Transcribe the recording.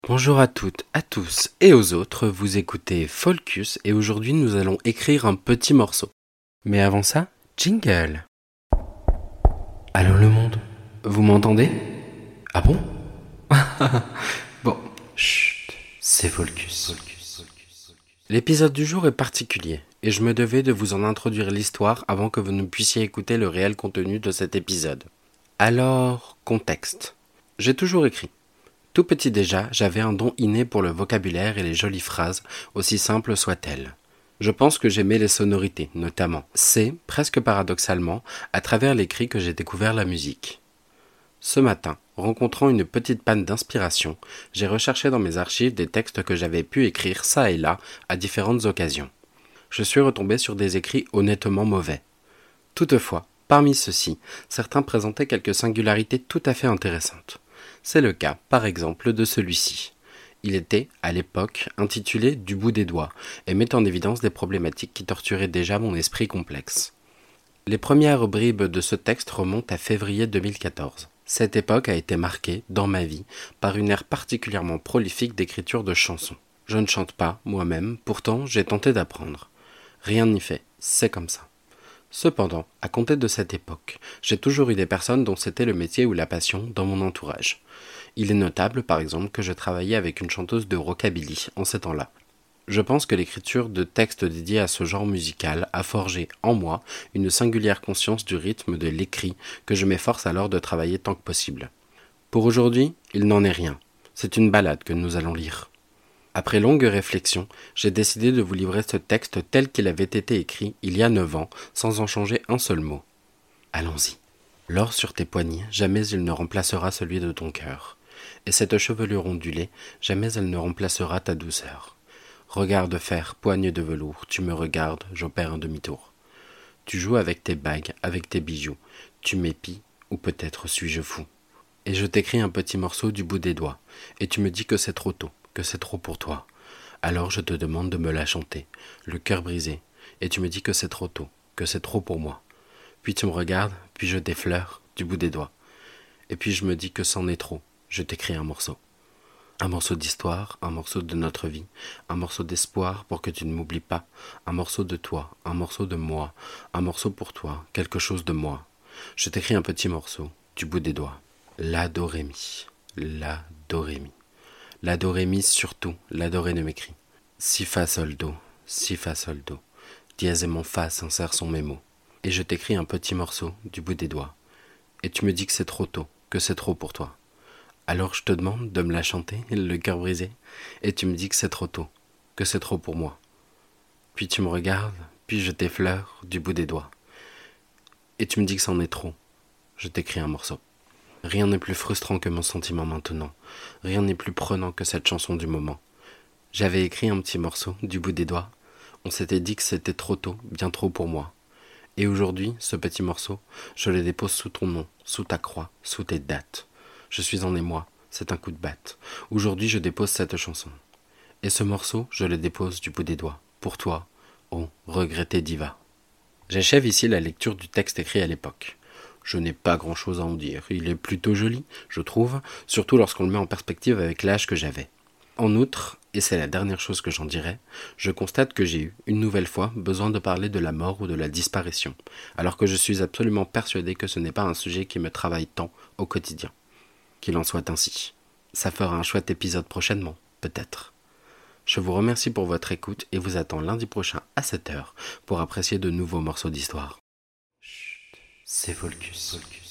Bonjour à toutes, à tous et aux autres, vous écoutez Folcus et aujourd'hui nous allons écrire un petit morceau. Mais avant ça, jingle. Allô le monde, vous m'entendez? Ah bon? Bon, chut, c'est Folcus. L'épisode du jour est particulier et je me devais de vous en introduire l'histoire avant que vous ne puissiez écouter le réel contenu de cet épisode. Alors, contexte. J'ai toujours écrit. Tout petit déjà, j'avais un don inné pour le vocabulaire et les jolies phrases, aussi simples soient-elles. Je pense que j'aimais les sonorités, notamment. C'est, presque paradoxalement, à travers l'écrit que j'ai découvert la musique. Ce matin, rencontrant une petite panne d'inspiration, j'ai recherché dans mes archives des textes que j'avais pu écrire ça et là, à différentes occasions. Je suis retombé sur des écrits honnêtement mauvais. Toutefois, parmi ceux-ci, certains présentaient quelques singularités tout à fait intéressantes. C'est le cas, par exemple, de celui-ci. Il était, à l'époque, intitulé Du bout des doigts et met en évidence des problématiques qui torturaient déjà mon esprit complexe. Les premières bribes de ce texte remontent à février 2014. Cette époque a été marquée, dans ma vie, par une ère particulièrement prolifique d'écriture de chansons. Je ne chante pas, moi-même, pourtant j'ai tenté d'apprendre. Rien n'y fait, c'est comme ça. Cependant, à compter de cette époque, j'ai toujours eu des personnes dont c'était le métier ou la passion dans mon entourage. Il est notable, par exemple, que je travaillais avec une chanteuse de rockabilly en ces temps-là. Je pense que l'écriture de textes dédiés à ce genre musical a forgé en moi une singulière conscience du rythme de l'écrit que je m'efforce alors de travailler tant que possible. Pour aujourd'hui, il n'en est rien. C'est une ballade que nous allons lire. Après longue réflexion, j'ai décidé de vous livrer ce texte tel qu'il avait été écrit il y a 9 ans, sans en changer un seul mot. Allons-y. L'or sur tes poignets, jamais il ne remplacera celui de ton cœur. Et cette chevelure ondulée, jamais elle ne remplacera ta douceur. Regard de fer, poigne de velours, tu me regardes, j'opère un demi-tour. Tu joues avec tes bagues, avec tes bijoux, tu m'épies, ou peut-être suis-je fou. Et je t'écris un petit morceau du bout des doigts, et tu me dis que c'est trop tôt, que c'est trop pour toi. Alors je te demande de me la chanter, le cœur brisé, et tu me dis que c'est trop tôt, que c'est trop pour moi. Puis tu me regardes, puis je t'effleure du bout des doigts. Et puis je me dis que c'en est trop, je t'écris un morceau. Un morceau d'histoire, un morceau de notre vie, un morceau d'espoir pour que tu ne m'oublies pas, un morceau de toi, un morceau de moi, un morceau pour toi, quelque chose de moi. Je t'écris un petit morceau, du bout des doigts. La do ré mi, la do ré mi. La do ré mi surtout, la do ré de mes cris. Si fa sol do, si fa sol do. Dièse et mon fa s'insèrent son mes mots. Et je t'écris un petit morceau du bout des doigts. Et tu me dis que c'est trop tôt, que c'est trop pour toi. Alors je te demande de me la chanter, le cœur brisé, et tu me dis que c'est trop tôt, que c'est trop pour moi. Puis tu me regardes, puis je t'effleure du bout des doigts. Et tu me dis que c'en est trop. Je t'écris un morceau. Rien n'est plus frustrant que mon sentiment maintenant. Rien n'est plus prenant que cette chanson du moment. J'avais écrit un petit morceau du bout des doigts. On s'était dit que c'était trop tôt, bien trop pour moi. Et aujourd'hui, ce petit morceau, je le dépose sous ton nom, sous ta croix, sous tes dates. Je suis en émoi, c'est un coup de batte. Aujourd'hui, je dépose cette chanson. Et ce morceau, je le dépose du bout des doigts. Pour toi, ô regretté diva. J'achève ici la lecture du texte écrit à l'époque. Je n'ai pas grand-chose à en dire. Il est plutôt joli, je trouve, surtout lorsqu'on le met en perspective avec l'âge que j'avais. En outre, et c'est la dernière chose que j'en dirai, je constate que j'ai eu, une nouvelle fois, besoin de parler de la mort ou de la disparition, alors que je suis absolument persuadé que ce n'est pas un sujet qui me travaille tant au quotidien. Qu'il en soit ainsi. Ça fera un chouette épisode prochainement, peut-être. Je vous remercie pour votre écoute et vous attends lundi prochain à 7h pour apprécier de nouveaux morceaux d'histoire. Chut, c'est Folcus.